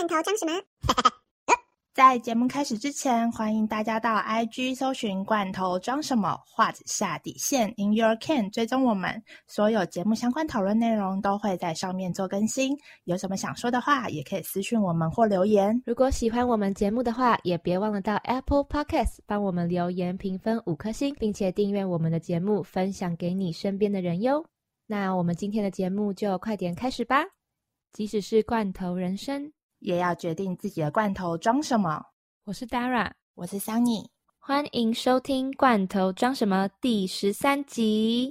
罐头装什么？ 在节目开始之前，欢迎大家到 IG 搜寻罐头装什么画子下底线 In Your Can 追踪我们，所有节目相关讨论内容都会在上面做更新，有什么想说的话也可以私讯我们或留言。 如果喜欢我们节目的话，也别忘了到 Apple Podcast 帮我们留言评分5颗星，并且订阅我们的节目，分享给你身边的人哟。那我们今天的节目就快点开始吧。即使是罐头人生， 也要决定自己的罐头装什么。 我是 Dara， 我是 Sunny， 欢迎收听罐头装什么第13集。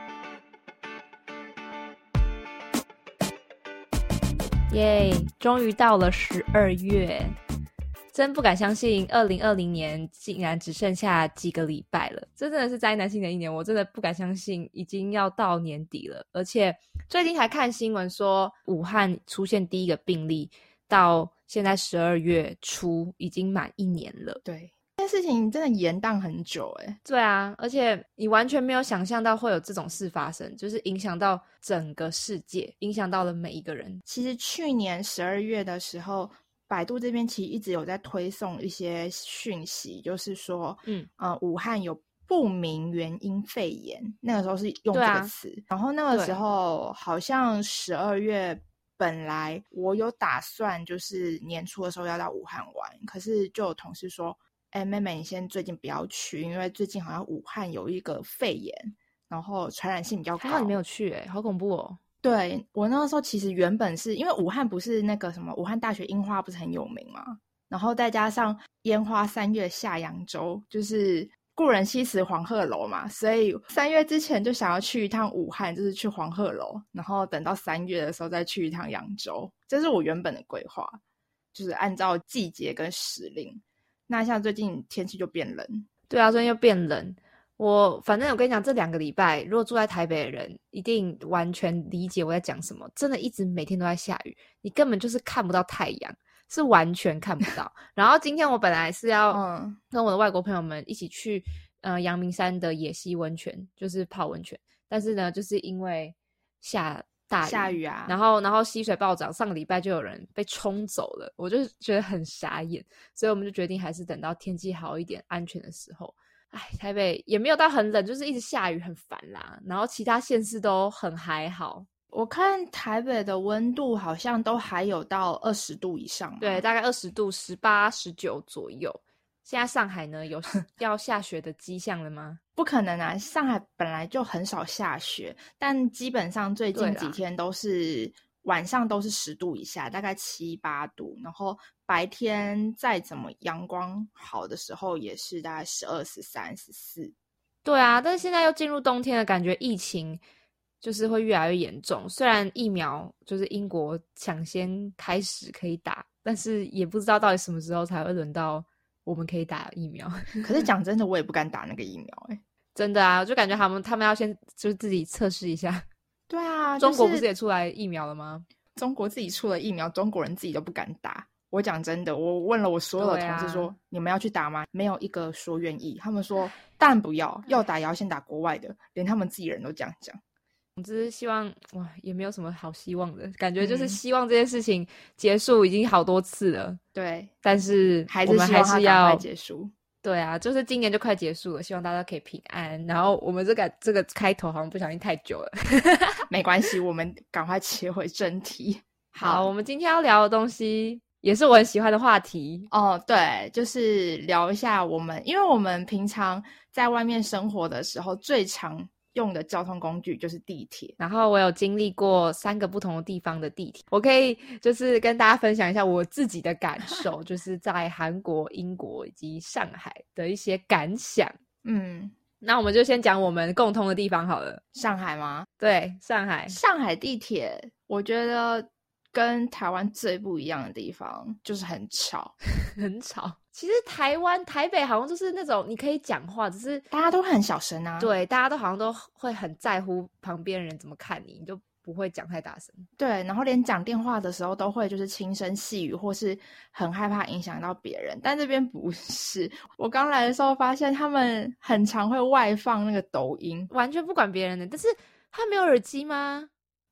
耶，终于到了12月，真不敢相信2020年竟然只剩下几个礼拜了，这真的是灾难性的一年，我真的不敢相信已经要到年底了。而且最近才看新闻说武汉出现第一个病例，到现在12月初已经满1年了。 对，这件事情真的延宕很久耶。 对啊，而且你完全没有想象到会有这种事发生，就是影响到整个世界，影响到了每一个人。 其实去年12月的时候，百度这边其实一直有在推送一些讯息，就是说武汉有不明原因肺炎，那个时候是用这个词。然后那个时候好像12月本来我有打算就是年初的时候要到武汉玩，可是就有同事说妹妹你先最近不要去，因为最近好像武汉有一个肺炎，然后传染性比较高。 还好你没有去好恐怖哦。 对，我那个时候其实原本是因为武汉不是那个什么武汉大学樱花不是很有名嘛，然后再加上烟花3月下扬州，就是故人西辞黄鹤楼嘛，所以3月之前就想要去一趟武汉，就是去黄鹤楼，然后等到3月的时候再去一趟扬州，这是我原本的规划，就是按照季节跟时令。那像最近天气就变冷。 对啊，最近又变冷。反正我跟你讲，这2个礼拜如果住在台北的人一定完全理解我在讲什么，真的一直每天都在下雨，你根本就是看不到太阳，是完全看不到。然后今天我本来是要跟我的外国朋友们一起去阳明山的野溪温泉，就是泡温泉，但是呢就是因为下雨啊， 然后溪水暴涨，上个礼拜就有人被冲走了，我就觉得很傻眼，所以我们就决定还是等到天气好一点安全的时候。台北也没有到很冷，就是一直下雨很烦啦，然后其他县市都很还好。 我看台北的温度好像都还有到20度以上。 对，大概20度18、19左右。现在上海呢有要下雪的迹象了吗？ 不可能啊，上海本来就很少下雪，但基本上最近几天都是晚上都是10度以下，大概7、8度，然后白天再怎么阳光好的时候也是大概12、13、14。 对啊，但是现在又进入冬天了，感觉疫情就是会越来越严重。虽然疫苗就是英国抢先开始可以打，但是也不知道到底什么时候才会轮到我们可以打疫苗。 可是讲真的，我也不敢打那个疫苗真的啊，我就感觉他们要先就是自己测试一下。 对啊， 中国不是也出来疫苗了吗？ 中国自己出了疫苗，中国人自己都不敢打。我讲真的，我问了我所有的同事说，你们要去打吗？没有一个说愿意。他们说当然不要，要打也要先打国外的，连他们自己人都这样讲。 总之希望也没有什么好希望的感觉，就是希望这件事情结束已经好多次了。 对， 但是我们还是要结束。 对啊，就是今年就快结束了，希望大家可以平安。然后我们这个开头好像不小心太久了。 没关系，我们赶快切回正题。 好，我们今天要聊的东西也是我很喜欢的话题对，就是聊一下因为我们平常在外面生活的时候最常用的交通工具就是地铁， 然后我有经历过3个不同的地方的地铁，我可以就是跟大家分享一下我自己的感受，就是在韩国、英国以及上海的一些感想。那我们就先讲我们共通的地方好了。 上海吗？ 对，上海地铁我觉得跟台湾最不一样的地方就是很吵。 很吵。其实台北好像就是那种你可以讲话，只是大家都很小声啊。 对，大家都好像都会很在乎旁边人怎么看你就不会讲太大声。 对，然后连讲电话的时候都会就是轻声细语，或是很害怕影响到别人。但这边不是，我刚来的时候发现他们很常会外放那个抖音， 完全不管别人的。但是他没有耳机吗？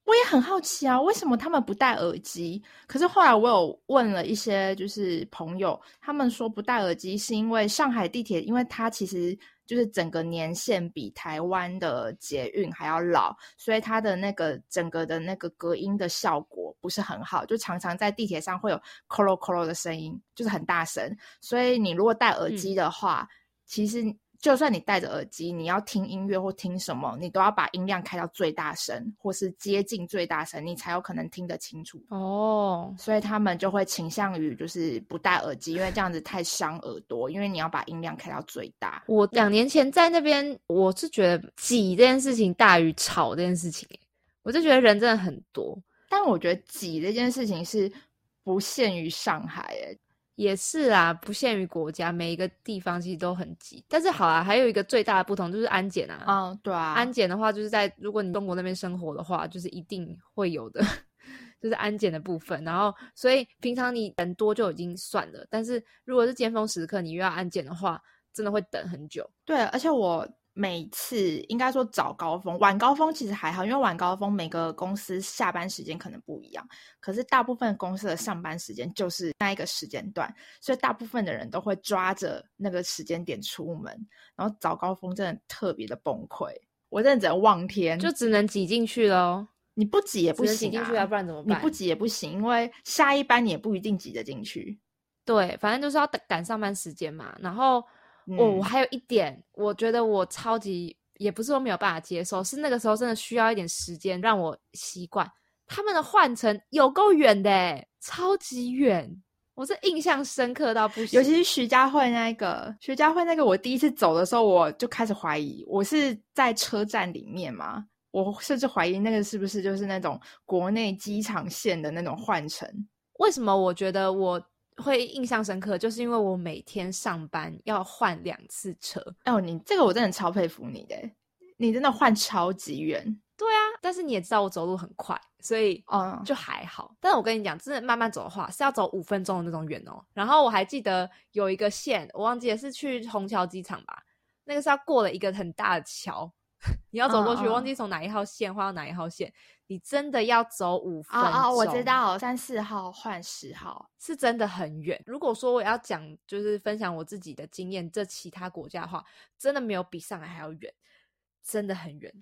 我也很好奇啊，为什么他们不戴耳机？可是后来我有问了一些就是朋友，他们说不戴耳机是因为上海地铁，因为它其实就是整个年限比台湾的捷运还要老，所以它的那个整个的那个隔音的效果不是很好，就常常在地铁上会有咯咯咯咯的声音，就是很大声。所以你如果戴耳机的话，其实就算你戴着耳机，你要听音乐或听什么，你都要把音量开到最大声，或是接近最大声，你才有可能听得清楚。所以他们就会倾向于就是不戴耳机，因为这样子太伤耳朵，因为你要把音量开到最大。 我2年前在那边，我是觉得挤这件事情大于吵这件事情，我就觉得人真的很多。 但我觉得挤这件事情是不限于上海也是啦，不限于国家，每一个地方其实都很挤。但是好啦，还有一个最大的不同就是安检啊。 对啊， 安检的话就是如果你中国那边生活的话，就是一定会有的就是安检的部分。然后所以平常你人多就已经算了，但是如果是尖峰时刻你又要安检的话，真的会等很久。 对，而且我每次应该说早高峰，晚高峰其实还好，因为晚高峰每个公司下班时间可能不一样，可是大部分公司的上班时间就是那一个时间段，所以大部分的人都会抓着那个时间点出门，然后早高峰真的特别的崩溃，我真的只能望天， 就只能挤进去咯。 你不挤也不行啊， 只能挤进去啊，不然怎么办？ 你不挤也不行，因为下一班你也不一定挤得进去。 对，反正就是要赶上班时间嘛。然后我还有一点，我觉得我超级也不是说没有办法接受，是那个时候真的需要一点时间让我习惯。他们的换乘有够远的超级远，我是印象深刻到不行。 尤其是徐家汇那个，我第一次走的时候，我就开始怀疑，我是在车站里面嘛，我甚至怀疑那个是不是就是那种国内机场线的那种换乘。 为什么我觉得我会印象深刻，就是因为我每天上班要换2次车。 你这个我真的超佩服你的，你真的换超级远。 对啊，但是你也知道我走路很快，所以就还好。但是我跟你讲，真的慢慢走的话是要走5分钟的那种远哦。然后我还记得有一个线，我忘记了是去虹桥机场吧，那个是要过了一个很大的桥你要走过去，忘记从哪一号线换到哪一号线，你真的要走5分钟。 我知道3、4号换10号是真的很远。如果说我要讲就是分享我自己的经验，这其他国家的话真的没有比上海还要远，真的很远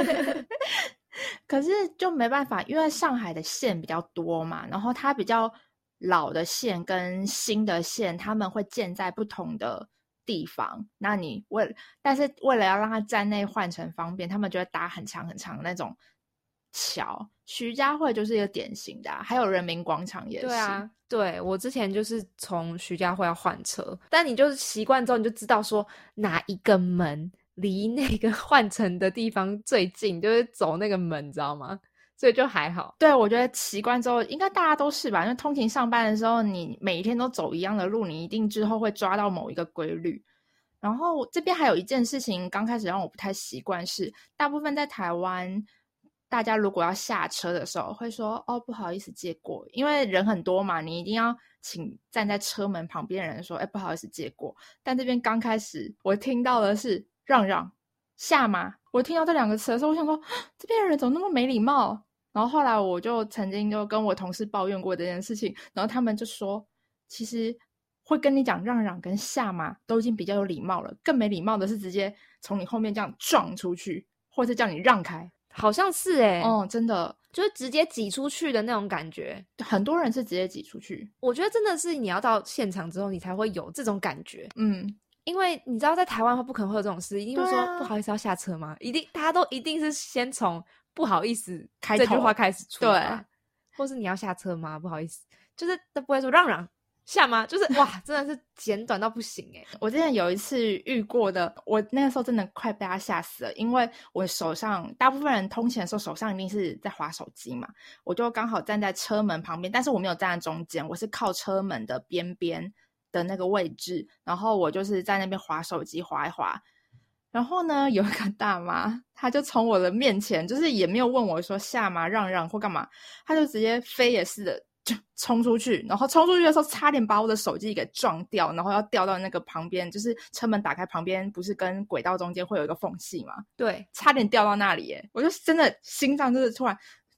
可是就没办法，因为上海的线比较多嘛，然后它比较老的线跟新的线他们会建在不同的地方，那你但是为了要让它站内换乘方便，他们就会搭很长很长的那种桥。徐家汇就是一个典型的还有人民广场也是。 对啊，对，我之前就是从徐家汇要换车，但你就是习惯之后你就知道说哪一个门离那个换乘的地方最近，就是走那个门，你知道吗？所以就还好。 对，我觉得习惯之后应该大家都是吧，因为通勤上班的时候你每一天都走一样的路，你一定之后会抓到某一个规律。然后这边还有一件事情刚开始让我不太习惯是，大部分在台湾大家如果要下车的时候会说不好意思借过，因为人很多嘛，你一定要请站在车门旁边的人说不好意思借过。但这边刚开始我听到的是让让下吗？我听到这2个词的时候我想说这边的人怎么那么没礼貌。然后后来我就曾经就跟我同事抱怨过这件事情，然后他们就说其实会跟你讲让让跟下吗都已经比较有礼貌了，更没礼貌的是直接从你后面这样撞出去，或是叫你让开。 好像是真的就是直接挤出去的那种感觉， 很多人是直接挤出去。 我觉得真的是你要到现场之后你才会有这种感觉。因为你知道在台湾不可能会有这种事，一定会说不好意思要下车吗？一定大家都一定是先从不好意思这句话开始出发，对，或是你要下车吗？不好意思，就是都不会说让让下吗？就是哇真的是简短到不行我之前有一次遇过的，我那个时候真的快被他吓死了，因为我手上大部分人通勤的时候手上一定是在滑手机嘛，我就刚好站在车门旁边，但是我没有站在中间，我是靠车门的边边的那个位置，然后我就是在那边滑手机滑一滑，然后呢有一个大妈她就从我的面前，就是也没有问我说下吗让让或干嘛，她就直接飞也似的就冲出去，然后冲出去的时候差点把我的手机给撞掉，然后要掉到那个旁边，就是车门打开旁边不是跟轨道中间会有一个缝隙吗？ 对， 差点掉到那里耶，我就真的心脏就是突然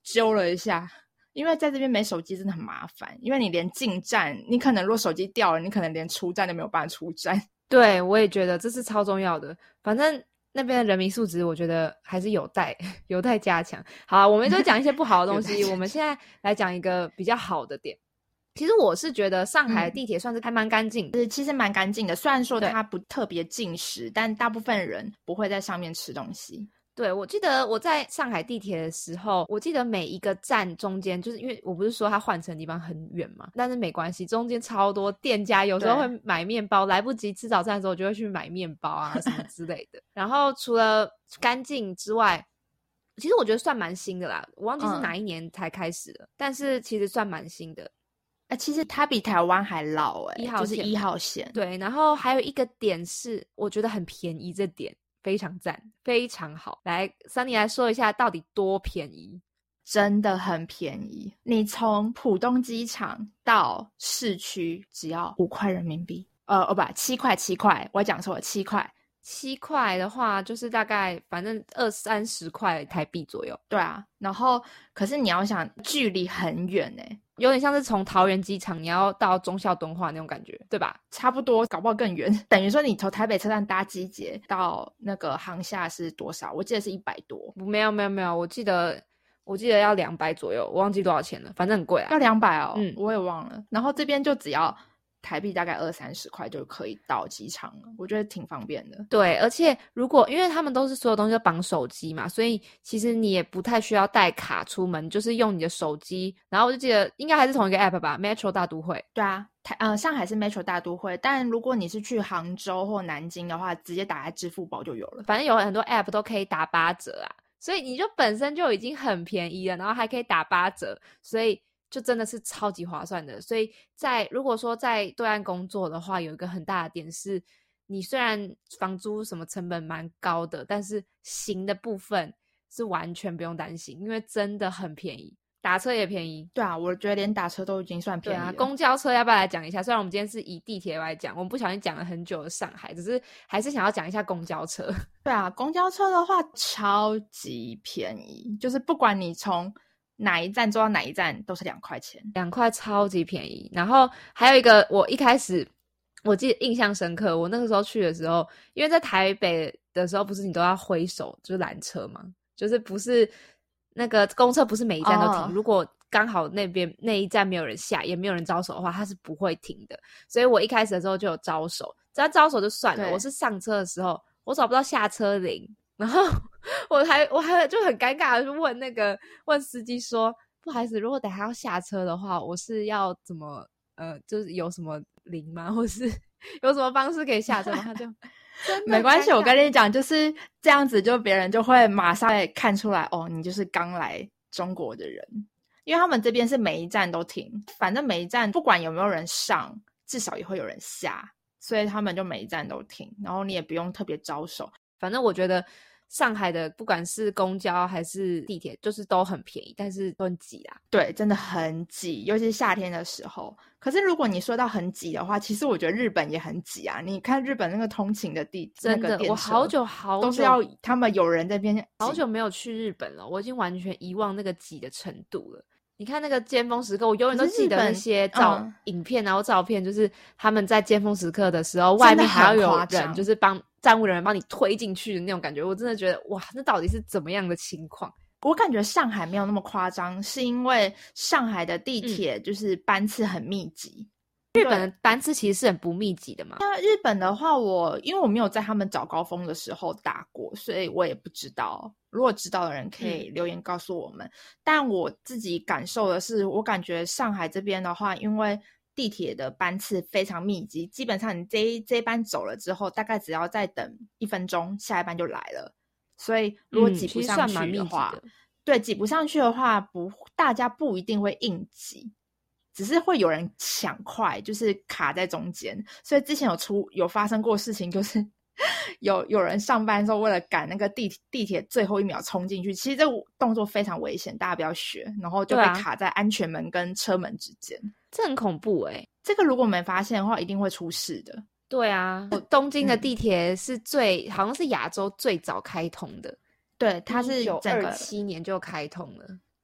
揪了一下，因为在这边没手机真的很麻烦，因为你连进站，你可能如果手机掉了，你可能连出站都没有办法出站。 对，我也觉得这是超重要的。反正那边的人民素质我觉得还是有待加强。好，我们就讲一些不好的东西我们现在来讲一个比较好的点。其实我是觉得上海的地铁算是还蛮干净的， 其实蛮干净的，虽然说它不特别禁食，但大部分人不会在上面吃东西。 对，我记得我在上海地铁的时候，我记得每一个站中间，就是因为我不是说它换乘的地方很远嘛，但是没关系，中间超多店家，有时候会买面包，来不及吃早餐的时候，我就会去买面包啊什么之类的。然后除了干净之外，其实我觉得算蛮新的啦，我忘记是哪一年才开始的，但是其实算蛮新的。 其实它比台湾还老就是1号线。 对，然后还有一个点是我觉得很便宜，这点非常赞，非常好。来 Sunny 来说一下到底多便宜。 真的很便宜，你从浦东机场到市区只要5块人民币7块，我讲错了，7块。 7块的话就是大概反正20-30块台币左右。 对啊，然后可是你要想距离很远有点像是从桃园机场你要到忠孝敦化那种感觉，对吧？ 差不多，搞不好更远。等于说你从台北车站搭机捷到那个航厦是多少？我记得是100多。 没有，我记得要200左右，我忘记多少钱了，反正很贵啊。 要200哦，我也忘了。然后这边就只要台币大概20-30块就可以到机场了，我觉得挺方便的。 对，而且因为他们都是所有东西都绑手机嘛，所以其实你也不太需要带卡出门，就是用你的手机。然后我就记得应该还是同一个 app 吧 ，Metro 大都会。 对啊，上海是 Metro 大都会，但如果你是去杭州或南京的话，直接打开支付宝就有了。 反正有很多 app 都可以打8折啊，所以你就本身就已经很便宜了，然后还可以打8折，所以就真的是超级划算的。所以如果说在对岸工作的话，有一个很大的点是，你虽然房租什么成本蛮高的，但是行的部分是完全不用担心，因为真的很便宜，打车也便宜。 对啊，我觉得连打车都已经算便宜了。 对啊，公交车要不要来讲一下？虽然我们今天是以地铁来讲，我们不小心讲了很久的上海，只是还是想要讲一下公交车。 对啊，公交车的话超级便宜，就是不管你从哪一站坐到哪一站都是2块钱 ，2块超级便宜。然后还有一个，我一开始我记得印象深刻，我那个时候去的时候，因为在台北的时候不是你都要挥手就是拦车嘛，就是不是那个公车不是每一站都停，如果刚好那一站没有人下也没有人招手的话，它是不会停的。所以我一开始的时候就有招手，只要招手就算了，我是上车的时候我找不到下车铃，然后我还就很尴尬的问司机说，不好意思，如果等下要下车的话，我是要怎么就是有什么铃吗？或是有什么方式可以下车吗？他就没关系，我跟你讲，就是这样子，就别人就会马上看出来哦，你就是刚来中国的人，因为他们这边是每一站都停，反正每一站不管有没有人上，至少也会有人下，所以他们就每一站都停，然后你也不用特别招手。 反正我觉得上海的不管是公交还是地铁就是都很便宜，但是都很挤啦。 对，真的很挤，尤其是夏天的时候。可是如果你说到很挤的话，其实我觉得日本也很挤啊。你看日本那个通勤的真的，我好久都是要他们有人在边挤。 好久没有去日本了，我已经完全遗忘那个挤的程度了。你看那个尖峰时刻，我永远都记得那些影片然后照片，就是他们在尖峰时刻的时候，外面还要有人，就是帮站务人员帮你推进去的那种感觉。我真的觉得哇，那到底是怎么样的情况？ 我感觉上海没有那么夸张，是因为上海的地铁就是班次很密集。 日本的班次其实是很不密集的嘛。 那日本的话，因为我没有在他们早高峰的时候打过，所以我也不知道。如果知道的人可以留言告诉我们。但我自己感受的是，我感觉上海这边的话，因为地铁的班次非常密集，基本上你这一班走了之后，大概只要再等1分钟，下一班就来了。所以如果挤不上去的话，对，挤不上去的话，大家不一定会硬挤，只是会有人抢快，就是卡在中间。所以之前有发生过事情，就是有人上班的时候为了赶那个地铁最后1秒冲进去，其实这个动作非常危险，大家不要学，然后就被卡在安全门跟车门之间。 这很恐怖欸。这个如果没发现的话一定会出事的。 对啊，东京的地铁是好像是亚洲最早开通的。 对，它是整个 1927年就开通了。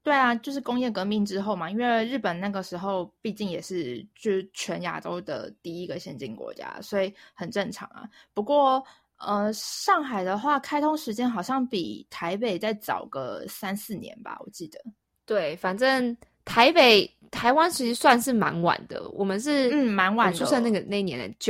对啊，就是工业革命之后嘛，因为日本那个时候毕竟也是就是全亚洲的第一个先进国家，所以很正常啊。不过上海的话开通时间好像比台北再早个3-4年吧，我记得。 对，反正台湾其实算是蛮晚的，我们是蛮晚的， 我出生那年的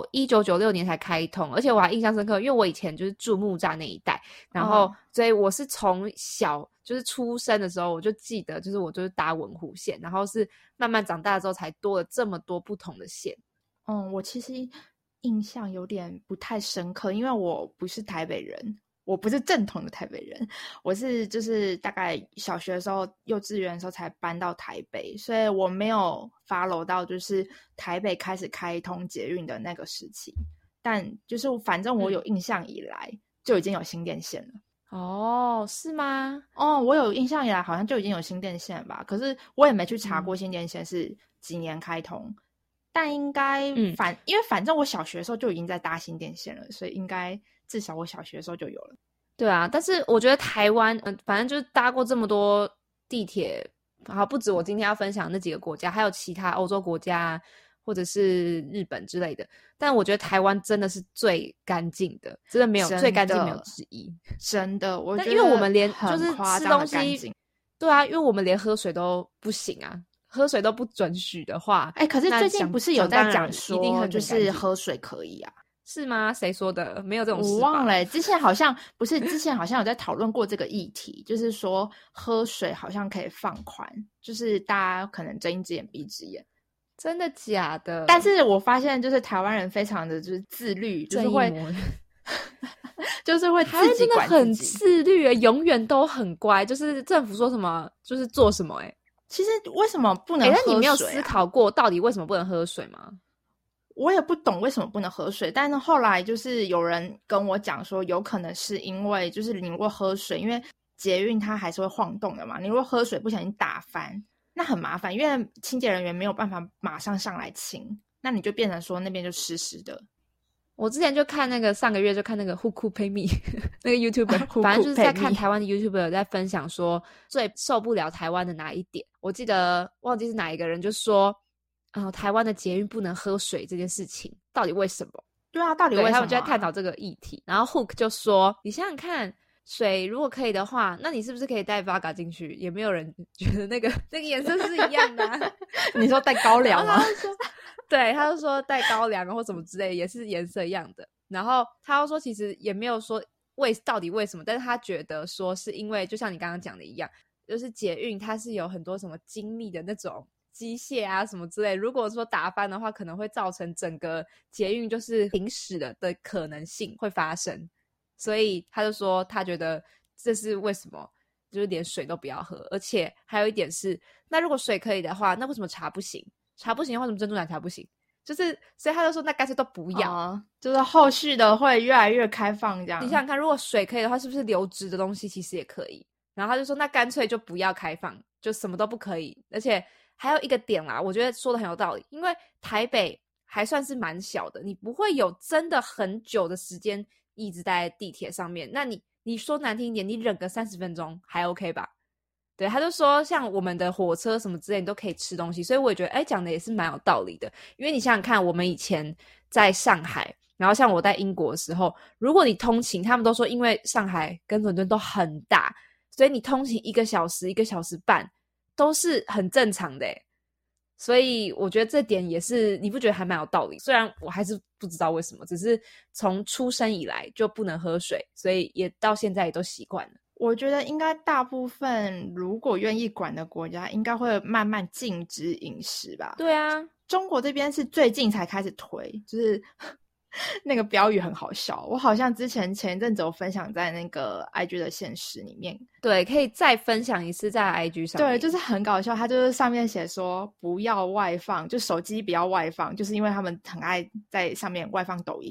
1996年才开通，而且我还印象深刻，因为我以前就是住木栅那一带，然后所以我是从小就是出生的时候我就记得，就是我就是搭文湖线，然后是慢慢长大之后才多了这么多不同的线。 我其实印象有点不太深刻，因为我不是台北人，我不是正统的台北人，我是就是大概小学的时候幼稚园的时候才搬到台北，所以我没有 follow 到就是台北开始开通捷运的那个时期，但就是反正我有印象以来就已经有新店线了。 哦，是吗？ 我有印象以来好像就已经有新店线吧，可是我也没去查过新店线是几年开通，但应该因为反正我小学的时候就已经在搭新店线了，所以应该至少我小学的时候就有了。 对啊，但是我觉得台湾反正就是搭过这么多地铁，然后不止我今天要分享那几个国家，还有其他欧洲国家或者是日本之类的，但我觉得台湾真的是最干净的，真的没有最干净没有之一， 真的。我觉得因为我们连就是吃东西， 对啊，因为我们连喝水都不行啊，喝水都不准许的话， 可是最近不是有在讲说一定很就是喝水可以啊？ 是吗？谁说的？没有这种事吧？ 我忘了之前好像有在讨论过这个议题，就是说喝水好像可以放宽，就是大家可能睁一只眼闭一只眼。 真的假的？ 但是我发现就是台湾人非常的就是自律，就是会就是会自己管自己， 真的很自律，永远都很乖，就是政府说什么就是做什么。 其实为什么不能喝水啊？ 那你没有思考过到底为什么不能喝水吗？ 我也不懂为什么不能喝水，但是后来就是有人跟我讲说，有可能是因为就是你如果喝水，因为捷运它还是会晃动的嘛，你如果喝水不小心打翻，那很麻烦，因为清洁人员没有办法马上上来清，那你就变成说那边就湿湿的。 我之前就看那个上个月就看那个 Who Could Pay Me 那个 YouTuber 反正就是在看台湾的 YouTuber 在分享说最受不了台湾的哪一点，我记得忘记是哪一个人就说台湾的捷运不能喝水这件事情到底为什么？ 对啊，到底为什么？ 他们就在探讨这个议题，然后 Hook 就说你想想看，水如果可以的话，那你是不是可以带 Vodka 进去？也没有人觉得那个颜色是一样的你说带高粱吗？ 对，他就说带高粱或什么之类的也是颜色一样的，然后他又说其实也没有说到底为什么，但是他觉得说是因为就像你刚刚讲的一样，就是捷运它是有很多什么精密的那种机械啊什么之类，如果说打翻的话可能会造成整个捷运就是停驶的可能性会发生，所以他就说他觉得这是为什么就是连水都不要喝，而且还有一点是那如果水可以的话，那为什么茶不行？茶不行的话，为什么珍珠奶茶不行？就是所以他就说那干脆都不要， 就是后续的会越来越开放这样。 你想想看，如果水可以的话，是不是流质的东西其实也可以？然后他就说那干脆就不要开放，就什么都不可以。而且还有一个点啦，我觉得说的很有道理，因为台北还算是蛮小的，你不会有真的很久的时间一直待在地铁上面，那你说难听一点，你忍个30分钟还 OK 吧？对，他就说像我们的火车什么之类你都可以吃东西，所以我也觉得讲的也是蛮有道理的。因为你想想看，我们以前在上海，然后像我在英国的时候，如果你通勤，他们都说因为上海跟伦敦都很大，所以你通勤1个小时1个小时半都是很正常的。所以我觉得这点也是你不觉得还蛮有道理，虽然我还是不知道为什么，只是从出生以来就不能喝水，所以也到现在也都习惯了。 我觉得应该大部分如果愿意管的国家应该会慢慢禁止饮食吧。 对啊， 中国这边是最近才开始推，就是那个标语很好笑，我好像前一阵子有分享在那个 IG 的限时里面。 对，可以再分享一次在 IG 上面。 对，就是很搞笑，他就是上面写说不要外放，就手机不要外放，就是因为他们很爱在上面外放抖音。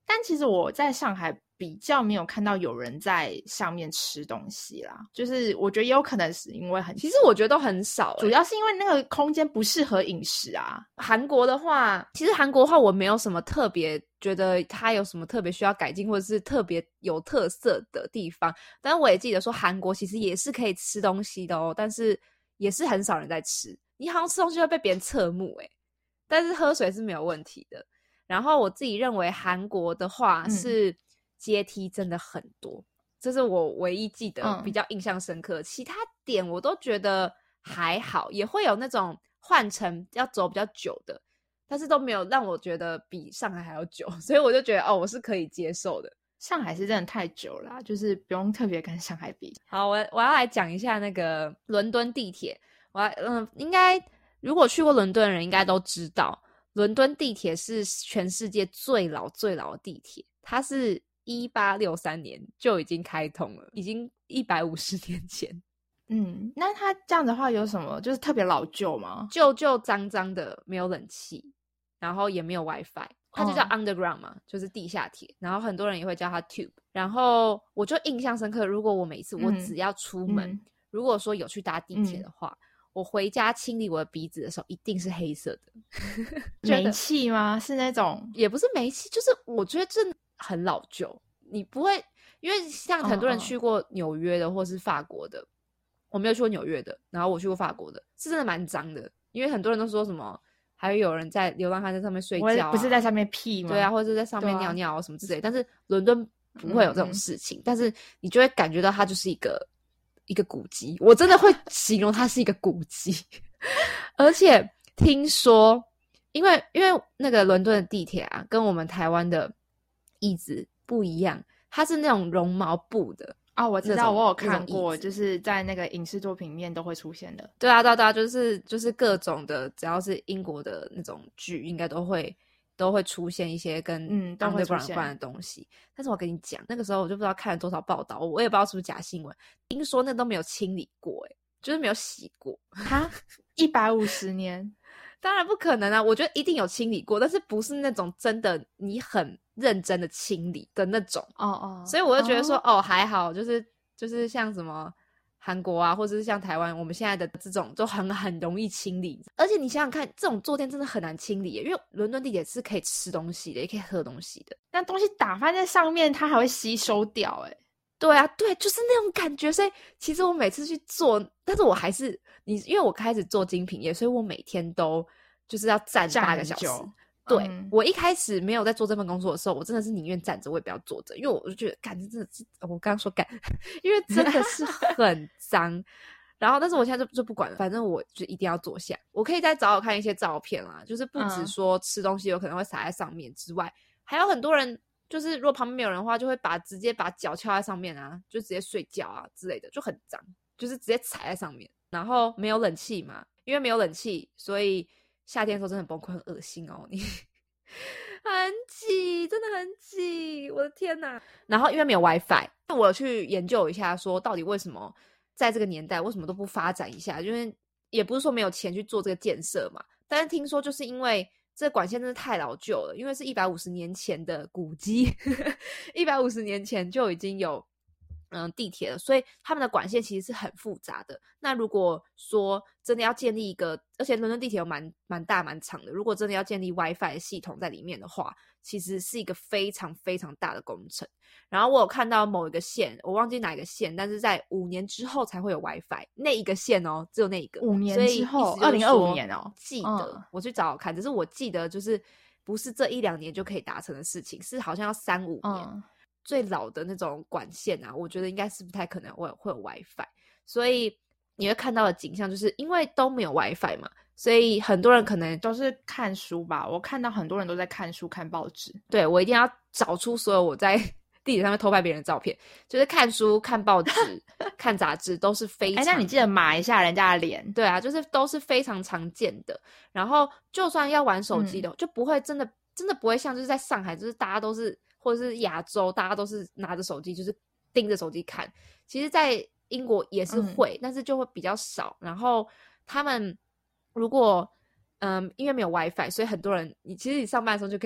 但其实我在上海比较没有看到有人在上面吃东西啦，就是我觉得也有可能是因为其实我觉得都很少主要是因为那个空间不适合饮食啊。 韩国的话，其实韩国的话我没有什么特别觉得它有什么特别需要改进或者是特别有特色的地方，但是我也记得说韩国其实也是可以吃东西的哦，但是也是很少人在吃，你好像吃东西会被别人侧目诶，但是喝水是没有问题的。然后我自己认为韩国的话是阶梯真的很多，这是我唯一记得比较印象深刻，其他点我都觉得还好，也会有那种换乘要走比较久的，但是都没有让我觉得比上海还要久，所以我就觉得我是可以接受的。 上海是真的太久了，就是不用特别跟上海比。 好，我要来讲一下那个伦敦地铁。应该如果去过伦敦的人应该都知道，伦敦地铁是全世界最老最老的地铁，它是1863年就已经开通了，已经150年前。 那它这样的话有什么就是特别老旧吗？ 旧脏脏的，没有冷气，然后也没有 WiFi， 它就叫 Underground 嘛，就是地下铁，然后很多人也会叫它 Tube。然后我就印象深刻，如果我每次我只要出门，如果说有去搭地铁的话，我回家清理我的鼻子的时候一定是黑色的。 煤气吗？是那种？ 也不是煤气，就是我觉得真的很老旧，你不会，因为像很多人去过纽约的或是法国的，我没有去过纽约的，然后我去过法国的，是真的蛮脏的，因为很多人都说什么还有人在流浪汉在上面睡觉不是在上面屁吗？ 对啊，或者是在上面尿尿什么之类的，但是伦敦不会有这种事情，但是你就会感觉到它就是一个古迹，我真的会形容它是一个古迹。而且听说因为那个伦敦的地铁啊跟我们台湾的椅子不一样，它是那种绒毛布的。 我知道，我有看过，就是在那个影视作品里面都会出现的。 对啊，就是各种的，只要是英国的那种剧，应该都会出现一些跟underground 的东西。但是我跟你讲，那个时候我就不知道看了多少报道，我也不知道是不是假新闻，听说那都没有清理过，就是没有洗过。 哈，150年， 当然不可能啊！我觉得一定有清理过，但是不是那种真的你很认真的清理的那种。所以我就觉得说，还好，就是像什么韩国啊，或者是像台湾，我们现在的这种都很容易清理。而且你想想看，这种坐垫真的很难清理耶，因为伦敦地铁是可以吃东西的，也可以喝东西的。 那东西打翻在上面，它还会吸收掉。 对啊，对，就是那种感觉。所以其实我每次去做，但是我还是因为我开始做精品业，所以我每天都就是要站8个小时。对，我一开始没有在做这份工作的时候，我真的是宁愿站着，我也不要坐着，因为我就觉得干真的是，我刚刚说干，因为真的是很脏。然后，但是我现在就不管了，反正我就一定要坐下。我可以再找看一些照片啦，就是不止说吃东西有可能会洒在上面之外，还有很多人就是如果旁边没有人的话，就会直接把脚翘在上面啊，就直接睡觉啊之类的，就很脏，就是直接踩在上面。然后没有冷气嘛，因为没有冷气，所以夏天的时候真的很崩溃，很恶心哦，你很挤，真的很挤，我的天哪！然后因为没有 WiFi， 我有去研究一下，说到底为什么在这个年代为什么都不发展一下？因为也不是说没有钱去做这个建设嘛，但是听说就是因为这个管线真的太老旧了，因为是150年前的古迹，150年前就已经有地铁了，所以他们的管线其实是很复杂的。那如果说真的要建立一个，而且伦敦地铁有蛮大蛮长的，如果真的要建立 WiFi 的系统在里面的话，其实是一个非常非常大的工程。然后我有看到某一个线，我忘记哪一个线，但是在5年之后才会有 WiFi， 那一个线哦，只有那一个。 5年之后，2025年哦， 记得我去找看，只是我记得就是不是这1-2年就可以达成的事情，是好像要3-5年。最老的那种管线啊，我觉得应该是不太可能会有 WiFi， 所以你会看到的景象就是因为都没有 WiFi 嘛，所以很多人可能都是看书吧。我看到很多人都在看书看报纸。 对，我一定要找出所有我在地铁上面偷拍别人的照片，就是看书看报纸看杂志都是非常那你记得码一下人家的脸。 对啊，就是都是非常常见的。然后就算要玩手机的，就不会真的不会像就是在上海，就是大家都是或者是亚洲大家都是拿着手机就是盯着手机看，其实在英国也是会，但是就会比较少。然后他们如果因为没有 WiFi， 所以很多人其实你上班的时候就可以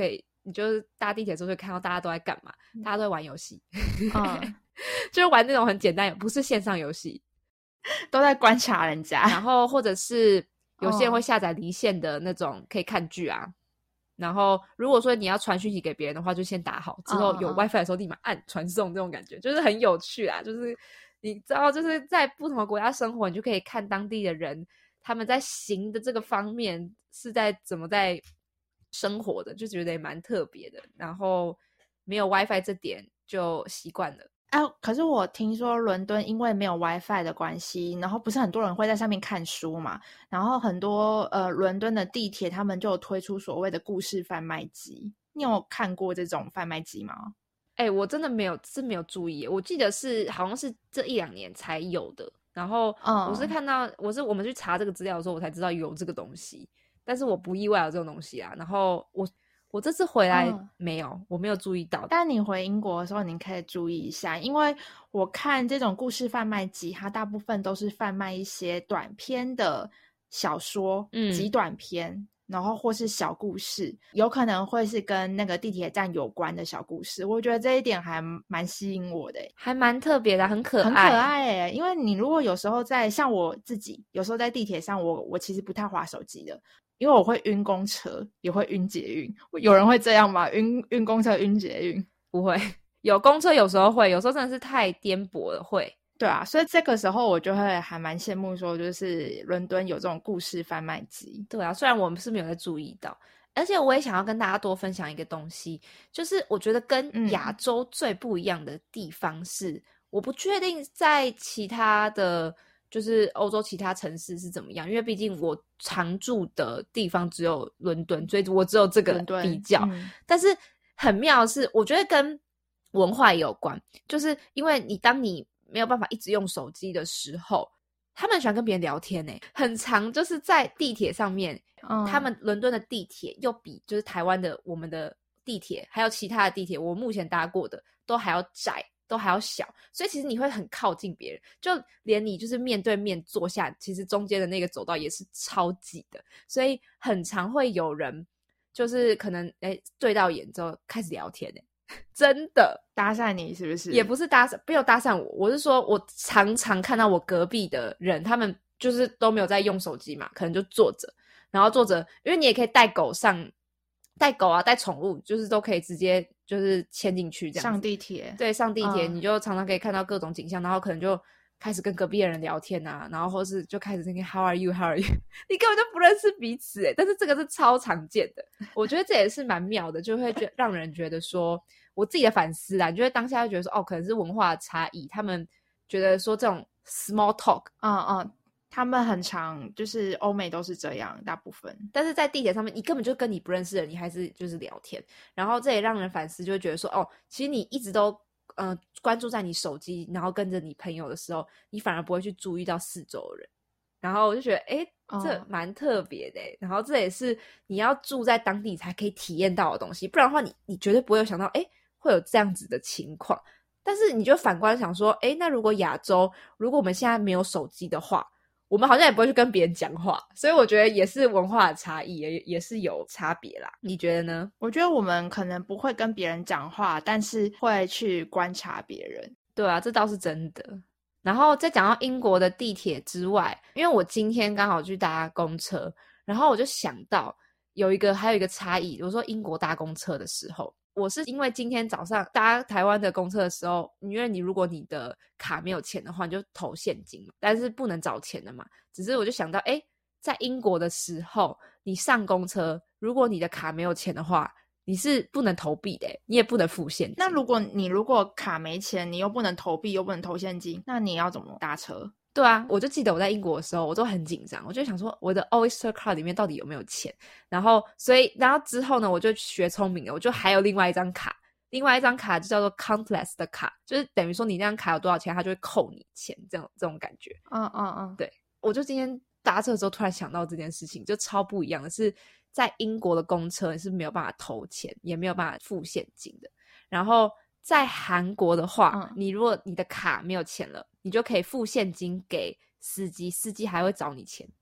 你就是搭地铁的时候就看到大家都在干嘛，大家都在玩游戏就是玩那种很简单不是线上游戏， 都在观察人家， 然后或者是有些人会下载离线的那种可以看剧啊，然后如果说你要传讯息给别人的话就先打好，之后有 WiFi 的时候立马按传送，这种感觉就是很有趣啊。就是你知道就是在不同的国家生活，你就可以看当地的人他们在行的这个方面是在怎么在生活的，就觉得也蛮特别的。然后没有 WiFi 这点就习惯了。 可是我听说伦敦因为没有 WiFi 的关系，然后不是很多人会在上面看书嘛，然后很多伦敦的地铁他们就有推出所谓的故事贩卖机，你有看过这种贩卖机吗？ 我真的没有注意，我记得是好像是这1-2年才有的，然后我是看到我们去查这个资料的时候我才知道有这个东西，但是我不意外有这种东西啊。然后我这次回来我没有注意到， 但你回英国的时候你可以注意一下，因为我看这种故事贩卖机它大部分都是贩卖一些短篇的小说极短篇，然后或是小故事，有可能会是跟那个地铁站有关的小故事，我觉得这一点还蛮吸引我的还蛮特别的，很可爱， 很可爱因为你如果有时候像我自己有时候在地铁上我其实不太滑手机的，因为我会晕公车也会晕捷运。有人会这样吗？晕公车晕捷运？ 不会，有公车有时候会，有时候真的是太颠簸了会。 对啊，所以这个时候我就会还蛮羡慕说就是伦敦有这种故事贩卖机。 对啊，虽然我们是没有在注意到，而且我也想要跟大家多分享一个东西，就是我觉得跟亚洲最不一样的地方是我不确定在其他的就是欧洲其他城市是怎么样，因为毕竟我常住的地方只有伦敦，所以我只有这个比较但是很妙的是我觉得跟文化也有关，就是因为当你没有办法一直用手机的时候，他们很喜欢跟别人聊天很常就是在地铁上面他们伦敦的地铁又比就是台湾的我们的地铁还有其他的地铁我目前搭过的都还要窄都还要小，所以其实你会很靠近别人，就连你就是面对面坐下，其实中间的那个走道也是超挤的，所以很常会有人就是可能对到眼之后开始聊天真的搭讪你是不是？ 也不是搭讪，没有搭讪我是说我常常看到我隔壁的人他们就是都没有在用手机嘛，可能就坐着，然后坐着因为你也可以带狗啊带宠物，就是都可以直接就是牵进去这样子。 上地铁。 对，上地铁你就常常可以看到各种景象，然后可能就开始跟隔壁的人聊天啊，然后或是就开始那个 How are you How are you 你根本就不认识彼此但是这个是超常见的我觉得这也是蛮妙的，就会让人觉得说我自己的反思啦，就会当下就觉得说可能是文化差异，他们觉得说这种 small talk 他们很常就是欧美都是这样大部分， 但是在地铁上面你根本就跟你不认识的人你还是就是聊天，然后这也让人反思，就会觉得说其实你一直都关注在你手机然后跟着你朋友的时候，你反而不会去注意到四周的人，然后我就觉得这蛮特别的然后这也是你要住在当地才可以体验到的东西，不然的话你绝对不会有想到会有这样子的情况。但是你就反观想说那如果亚洲如果我们现在没有手机的话，我们好像也不会去跟别人讲话，所以我觉得也是文化的差异也是有差别啦，你觉得呢？ 我觉得我们可能不会跟别人讲话，但是会去观察别人。 对啊，这倒是真的。然后再讲到英国的地铁之外，因为我今天刚好去搭公车，然后我就想到还有一个差异，我说英国搭公车的时候，我是因为今天早上搭台湾的公车的时候，因为如果你的卡没有钱的话你就投现金嘛，但是不能找钱的嘛，只是我就想到在英国的时候你上公车如果你的卡没有钱的话你是不能投币的你也不能付现金。 那如果卡没钱，你又不能投币又不能投现金，那你要怎么搭车？ 对啊，我就记得我在英国的时候我都很紧张，我就想说我的 Oyster Card 里面到底有没有钱，然后之后呢我就学聪明了，我就还有另外一张卡就叫做 countless 的卡，就是等于说你那张卡有多少钱它就会扣你钱，这种感觉。对，我就今天搭车的时候突然想到这件事情，就超不一样的是在英国的公车你是没有办法投钱也没有办法付现金的，然后在韩国的话你如果你的卡没有钱了你就可以付现金给司机还会找你钱，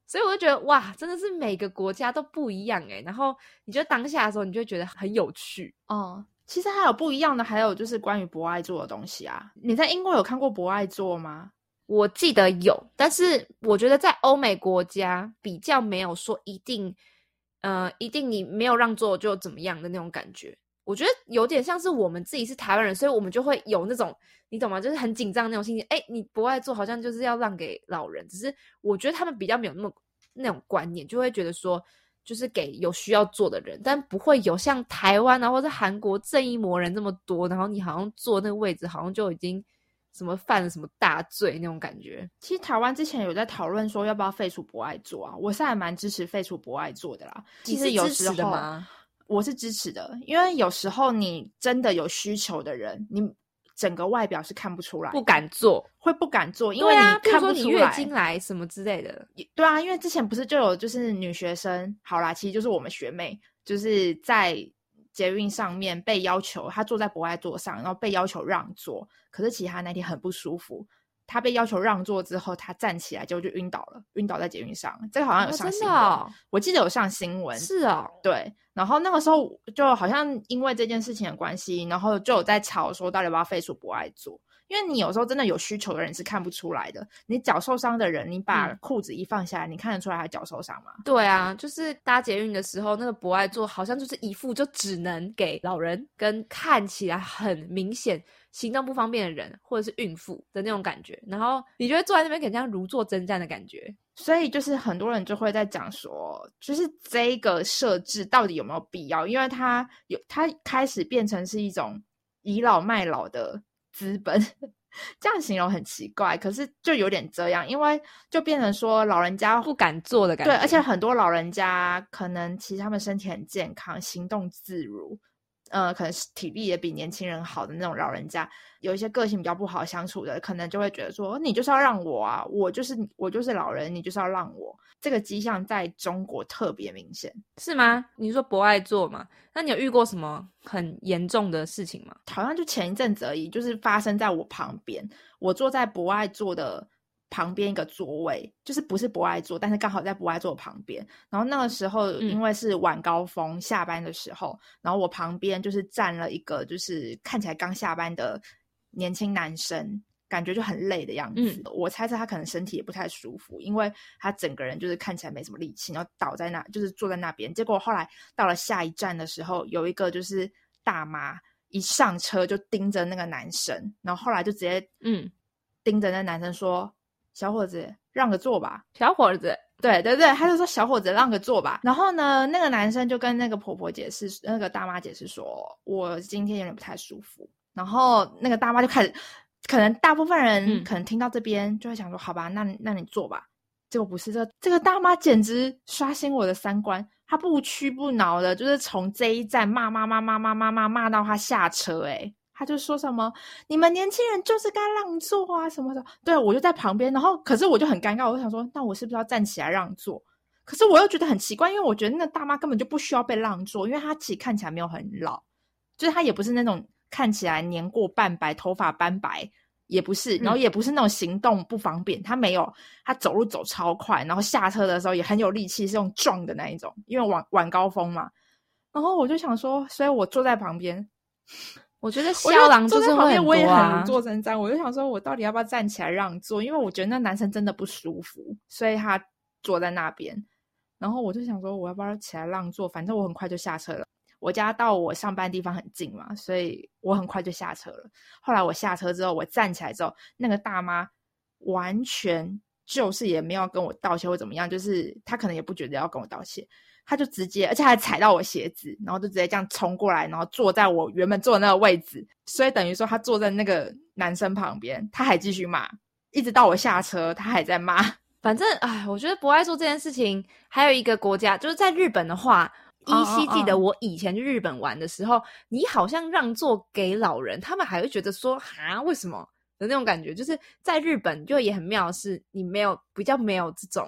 所以我就觉得哇，真的是每个国家都不一样然后你就当下的时候，你就会觉得很有趣哦。其实还有不一样的，还有就是关于博爱座的东西啊。你在英国有看过博爱座吗？ 我记得有，但是我觉得在欧美国家比较没有说一定你没有让座就怎么样的那种感觉。我觉得有点像是我们自己是台湾人，所以我们就会有那种你懂吗？就是很紧张那种心情。你博爱座好像就是要让给老人，只是我觉得他们比较没有那种观念，就会觉得说就是给有需要坐的人，但不会有像台湾啊或者韩国正义魔人这么多，然后你好像坐那个位置好像就已经什么犯了什么大罪那种感觉。 其实台湾之前有在讨论说要不要废除博爱座啊，我是还蛮支持废除博爱座的啦。其实有时候你是支持的吗？ 我是支持的，因为有时候你真的有需求的人，你整个外表是看不出来的， 不敢做， 会不敢做，因为你看不出来。 比如说你月经来什么之类的。 对啊，因为之前不是就有就是女学生，好啦，其实就是我们学妹，就是在捷运上面被要求，她坐在博爱座上，然后被要求让座，可是其实她那天很不舒服。他被要求让座之后，他站起来结果就晕倒了，晕倒在捷运上。这个好像有上新闻，我记得有上新闻。 是哦， 对。然后那个时候就好像因为这件事情的关系，然后就有在吵说到底要不要废除博爱座。因为你有时候真的有需求的人是看不出来的，你脚受伤的人，你把裤子一放下来，你看得出来他脚受伤吗？ 对啊，就是搭捷运的时候，那个博爱座好像就是一副就只能给老人跟看起来很明显行动不方便的人或者是孕妇的那种感觉，然后你就会坐在那边很像如坐针毡的感觉。 所以就是很多人就会在讲说，就是这个设置到底有没有必要，因为它开始变成是一种倚老卖老的资本这样形容很奇怪，可是就有点这样，因为就变成说老人家不敢做的感觉。 对，而且很多老人家可能其实他们身体很健康，行动自如，可能体力也比年轻人好的那种老人家，有一些个性比较不好相处的，可能就会觉得说你就是要让我啊，我就是老人，你就是要让我。这个迹象在中国特别明显。 是吗？你说博爱座嘛，那你有遇过什么很严重的事情吗？ 好像就前一阵子而已，就是发生在我旁边，我坐在博爱座的旁边一个座位，就是不是博爱座，但是刚好在博爱座旁边。然后那个时候因为是晚高峰，下班的时候，然后我旁边就是站了一个就是看起来刚下班的年轻男生，感觉就很累的样子。我猜测他可能身体也不太舒服，因为他整个人就是看起来没什么力气，然后倒在那，就是坐在那边。结果后来到了下一站的时候，有一个就是大妈一上车就盯着那个男生，然后后来就直接盯着那男生说，小伙子让个座吧。 小伙子， 对对对，他就说小伙子让个座吧。然后呢，那个男生就跟那个婆婆解释，那个大妈解释说，我今天有点不太舒服。然后那个大妈就开始，可能大部分人可能听到这边就会想说，好吧，那你坐吧。结果不是，这个大妈简直刷新我的三观。她不屈不挠的，就是从这一站骂到她下车。他就说什么你们年轻人就是该让座啊什么的。对，我就在旁边，然后可是我就很尴尬，我就想说那我是不是要站起来让座？可是我又觉得很奇怪，因为我觉得那大妈根本就不需要被让座，因为她其实看起来没有很老，就是她也不是那种看起来年过半白，头发斑白，也不是，然后也不是那种行动不方便，她没有，她走路走超快，然后下车的时候也很有力气，是用撞的那一种，因为晚高峰嘛。然后我就想说，所以我坐在旁边， 我觉得肖郎就是会很多啊， 我也很如坐针毡。我就想说，我到底要不要站起来让座？因为我觉得那男生真的不舒服，所以他坐在那边。然后我就想说，我要不要起来让座？反正我很快就下车了。我家到我上班的地方很近嘛，所以我很快就下车了。后来我下车之后，我站起来之后，那个大妈完全就是也没有跟我道歉或怎么样，就是她可能也不觉得要跟我道歉。他就直接，而且还踩到我鞋子，然后就直接这样冲过来，然后坐在我原本坐的那个位置，所以等于说他坐在那个男生旁边，他还继续骂，一直到我下车他还在骂。 反正我觉得博爱座这件事情还有一个国家，就是在日本的话，依稀记得我以前去日本玩的时候，你好像让座给老人，他们还会觉得说哈为什么的那种感觉。就是在日本就也很妙的是，你比较没有这种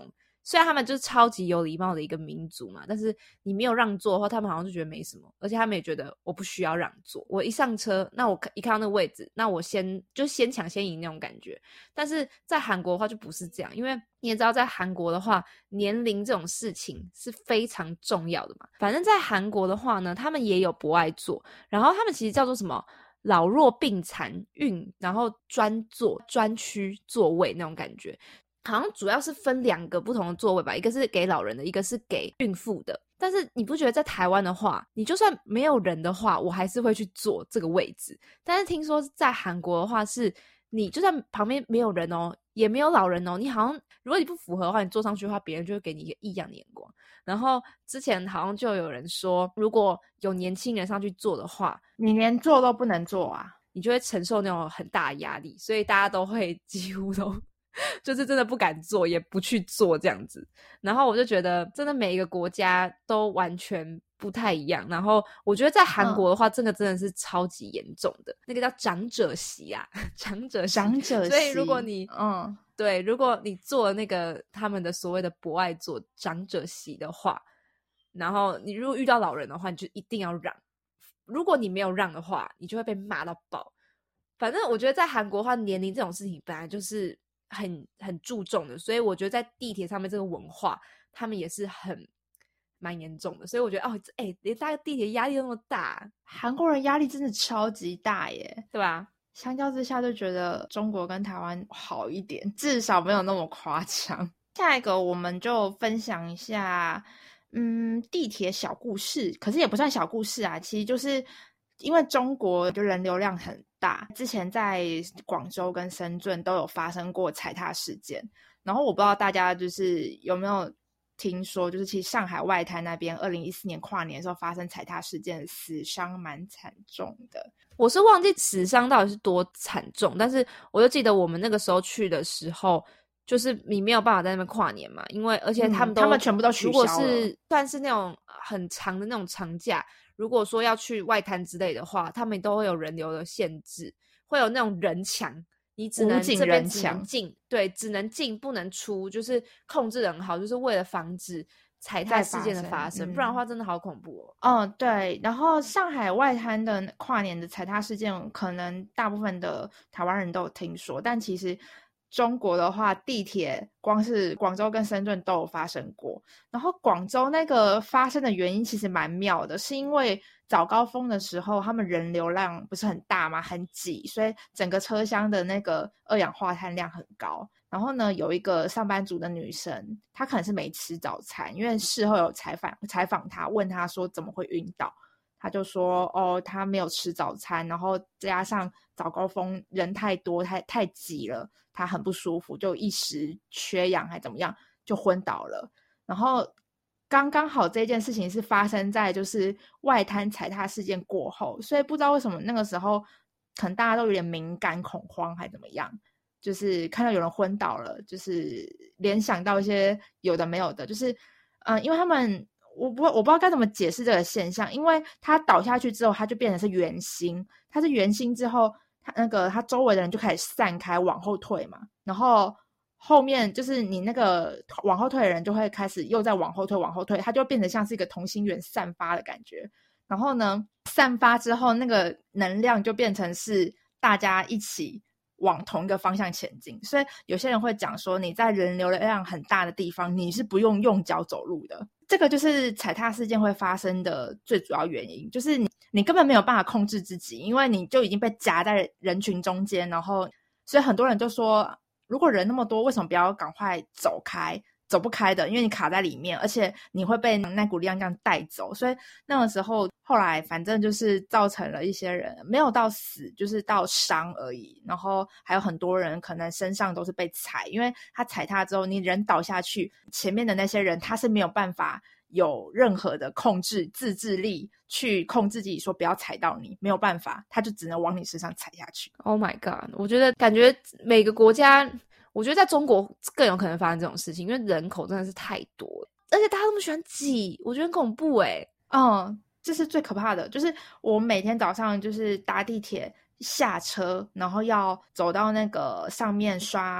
虽然他们就是超级有礼貌的一个民族嘛，但是你没有让座的话，他们好像就觉得没什么，而且他们也觉得我不需要让座，我一上车，那我一看到那个位置，那我先抢先赢那种感觉。但是在韩国的话就不是这样，因为你也知道在韩国的话，年龄这种事情是非常重要的嘛。反正在韩国的话呢，他们也有博爱座，然后他们其实叫做什么老弱病残孕，然后专区座位那种感觉，好像主要是分2个不同的座位吧，一个是给老人的，一个是给孕妇的。但是你不觉得在台湾的话，你就算没有人的话，我还是会去坐这个位置。但是听说在韩国的话，是你就算旁边没有人哦，也没有老人哦，你好像如果你不符合的话，你坐上去的话，别人就会给你一个异样的眼光。然后之前好像就有人说，如果有年轻人上去坐的话， 你连坐都不能坐啊， 你就会承受那种很大的压力，所以大家都会几乎都就是真的不敢做，也不去做这样子。然后我就觉得真的每一个国家都完全不太一样。然后我觉得在韩国的话，这个真的是超级严重的，那个叫长者席啊，长者席。所以如果你对，如果你坐那个他们的所谓的博爱座长者席的话，然后你如果遇到老人的话，你就一定要让。如果你没有让的话，你就会被骂到爆。反正我觉得在韩国的话，年龄这种事情本来就是很注重的，所以我觉得在地铁上面这个文化，他们也是蛮严重的。所以我觉得连搭地铁压力那么大， 韩国人压力真的超级大耶， 对吧？ 相较之下就觉得中国跟台湾好一点，至少没有那么夸张。下一个我们就分享一下地铁小故事，可是也不算小故事啊，其实就是因为中国就人流量很大，之前在广州跟深圳都有发生过踩踏事件，然后我不知道大家就是有没有听说，就是其实上海外滩那边2014年跨年的时候发生踩踏事件，死伤蛮惨重的。 我是忘记死伤到底是多惨重，但是我就记得我们那个时候去的时候，就是你没有办法在那边跨年嘛，因为而且他们全部都取消了。 如果是算是那种很长的那种长假，如果说要去外滩之类的话，他们都会有人流的限制，会有那种人墙，你只能这边只能进，对，只能进不能出，就是控制得很好，就是为了防止踩踏事件的发生，不然的话真的好恐怖哦。对，然后上海外滩的跨年的踩踏事件，可能大部分的台湾人都有听说，但其实中国的话，地铁光是广州跟深圳都有发生过。然后广州那个发生的原因其实蛮妙的，是因为早高峰的时候他们人流量不是很大嘛，很挤，所以整个车厢的那个二氧化碳量很高。然后呢，有一个上班族的女生，她可能是没吃早餐，因为事后有采访她，问她说怎么会晕倒，她就说她没有吃早餐，然后加上早高峰人太多，太挤了，她很不舒服，就一时缺氧还怎么样，就昏倒了。然后刚好这件事情是发生在就是外滩踩踏事件过后，所以不知道为什么那个时候可能大家都有点敏感恐慌还怎么样，就是看到有人昏倒了，就是联想到一些有的没有的，就是因为他们我不知道该怎么解释这个现象，因为他倒下去之后他就变成是圆心，他是圆心之后他周围的人就开始散开往后退嘛，然后后面就是你那个往后退的人就会开始又在往后退，它就变成像是一个同心圆散发的感觉。然后呢，散发之后那个能量就变成是大家一起往同一个方向前进。所以有些人会讲说，你在人流量很大的地方，你是不用脚走路的。这个就是踩踏事件会发生的最主要原因，就是你根本没有办法控制自己，因为你就已经被夹在人群中间，然后所以很多人就说，如果人那么多，为什么不要赶快走开？走不开的，因为你卡在里面，而且你会被那股力量这样带走。所以那个时候后来反正就是造成了一些人没有到死，就是到伤而已。然后还有很多人可能身上都是被踩，因为他踩踏之后你人倒下去，前面的那些人他是没有办法有任何的控制自制力去控制自己说不要踩到你，没有办法，他就只能往你身上踩下去。 Oh my god， 我觉得感觉每个国家，我觉得在中国更有可能发生这种事情，因为人口真的是太多了，而且大家那么喜欢挤，我觉得很恐怖这是最可怕的。就是我每天早上就是搭地铁下车，然后要走到那个上面刷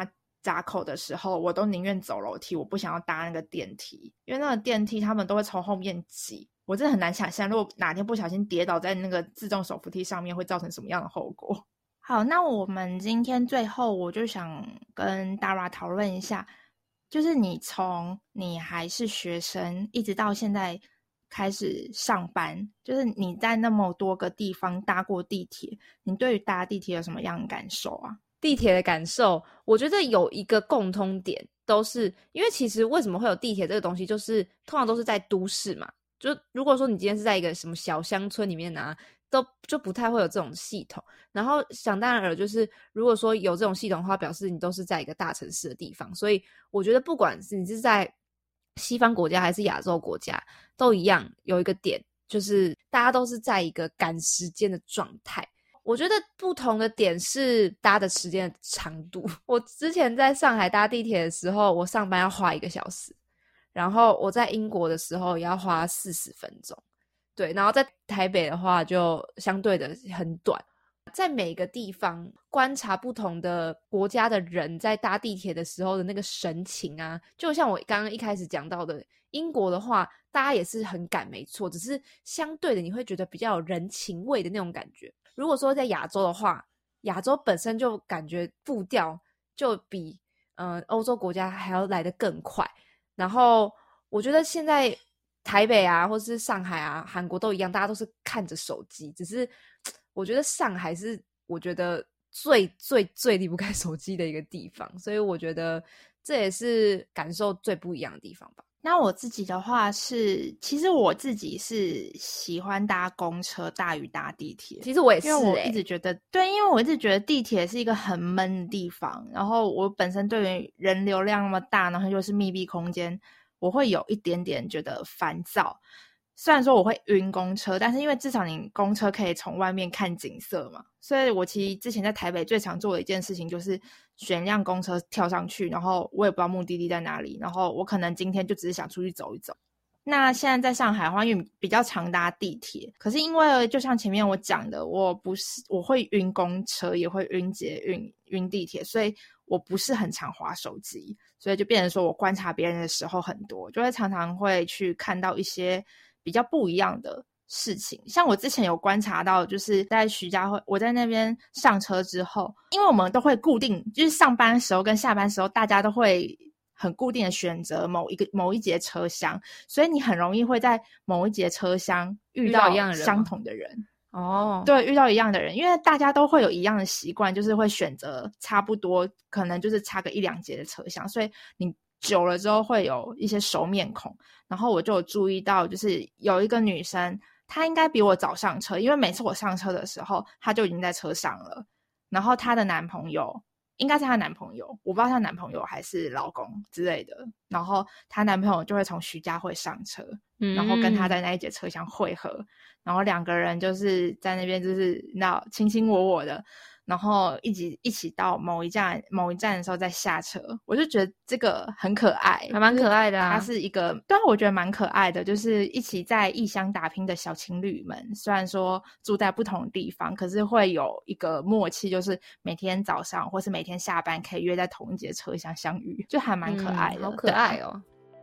闸口的时候，我都宁愿走楼梯，我不想要搭那个电梯，因为那个电梯他们都会从后面挤，我真的很难想象如果哪天不小心跌倒在那个自动手扶梯上面会造成什么样的后果。好，那我们今天最后我就想跟 Dara 讨论一下，就是你从你还是学生一直到现在开始上班，就是你在那么多个地方搭过地铁，你对于搭地铁有什么样的感受啊？ 地铁的感受，我觉得有一个共通点，都是因为其实为什么会有地铁这个东西，就是通常都是在都市嘛，就如果说你今天是在一个什么小乡村里面啊，就不太会有这种系统。然后想当然尔，就是如果说有这种系统的话，表示你都是在一个大城市的地方，所以我觉得不管是你是在西方国家还是亚洲国家都一样，有一个点就是大家都是在一个赶时间的状态。我觉得不同的点是搭的时间的长度。我之前在上海搭地铁的时候，我上班要花1个小时，然后我在英国的时候也要花40分钟，对，然后在台北的话就相对的很短。在每个地方观察不同的国家的人在搭地铁的时候的那个神情啊，就像我刚刚一开始讲到的，英国的话大家也是很赶没错，只是相对的你会觉得比较有人情味的那种感觉。如果说在亚洲的话，亚洲本身就感觉步调就比欧洲国家还要来得更快，然后我觉得现在台北啊或是上海啊韩国都一样，大家都是看着手机，只是我觉得上海是我觉得最离不开手机的一个地方，所以我觉得这也是感受最不一样的地方吧。 那我自己的话是，其实我自己是喜欢搭公车大于搭地铁。 其实我也是， 因为我一直觉得，对，因为我一直觉得地铁是一个很闷的地方，然后我本身对于人流量那么大，然后又是密闭空间，我会有一点点觉得烦躁。虽然说我会晕公车，但是因为至少你公车可以从外面看景色嘛，所以我其实之前在台北最常做的一件事情就是选一辆公车跳上去，然后我也不知道目的地在哪里，然后我可能今天就只是想出去走一走。那现在在上海的话，因为比较常搭地铁，可是因为就像前面我讲的，我会晕公车，也会晕捷运、晕地铁，所以我不是很常滑手机，所以就变成说我观察别人的时候很多，就会常常会去看到一些比较不一样的事情。像我之前有观察到，就是在徐家汇，我在那边上车之后，因为我们都会固定，就是上班的时候跟下班的时候，大家都会很固定的选择某一节车厢，所以你很容易会在某一节车厢遇到相同的人。 哦， 对，遇到一样的人，因为大家都会有一样的习惯，就是会选择差不多，可能就是差个1-2节的车厢，所以你久了之后会有一些熟面孔。然后我就有注意到，就是有一个女生，她应该比我早上车，因为每次我上车的时候，她就已经在车上了。然后她的男朋友应该是她男朋友，我不知道她男朋友还是老公之类的。然后她男朋友就会从徐家汇上车，然后跟她在那一节车厢会合，然后2个人就是在那边就是那卿卿我我的，然后一起到某一站的时候再下车。我就觉得这个很可爱， 还蛮可爱的啊。 它是一个，对啊，我觉得蛮可爱的，就是一起在异乡打拼的小情侣们，虽然说住在不同的地方，可是会有一个默契，就是每天早上或是每天下班可以约在同一节车厢相遇，就还蛮可爱的。 好可爱哦。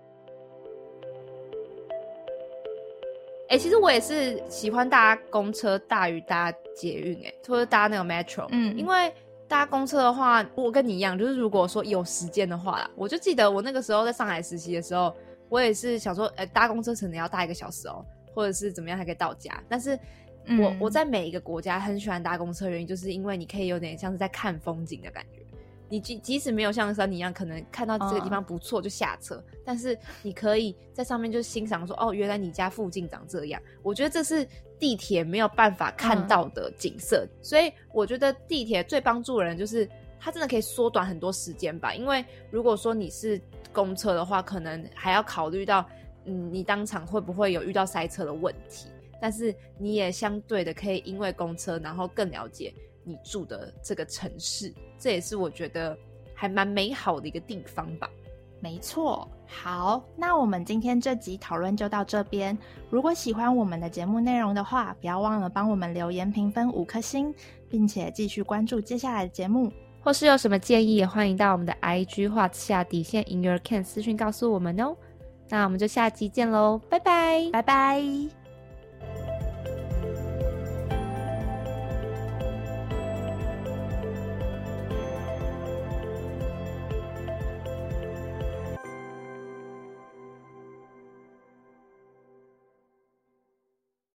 其实我也是喜欢搭公车大于搭捷运，或者搭那种 metro。因为搭公车的话，我跟你一样，就是如果说有时间的话啦，我就记得我那个时候在上海实习的时候，我也是想说，搭公车可能要搭1个小时哦，或者是怎么样才可以到家。但是我在每一个国家很喜欢搭公车的原因，就是因为你可以有点像是在看风景的感觉。你即使没有像山你一样可能看到这个地方不错就下车，但是你可以在上面就欣赏说，哦，原来你家附近长这样。我觉得这是地铁没有办法看到的景色，所以我觉得地铁最帮助人就是它真的可以缩短很多时间吧。因为如果说你是公车的话，可能还要考虑到你当场会不会有遇到塞车的问题，但是你也相对的可以因为公车然后更了解你住的这个城市，这也是我觉得还蛮美好的一个地方吧。 没错。好，那我们今天这集讨论就到这边。如果喜欢我们的节目内容的话，不要忘了帮我们留言评分5颗星，并且继续关注接下来的节目。 或是有什么建议，也欢迎到我们的 IG 画下底线 in your can 私讯告诉我们哦。那我们就下集见咯，拜拜， 拜拜。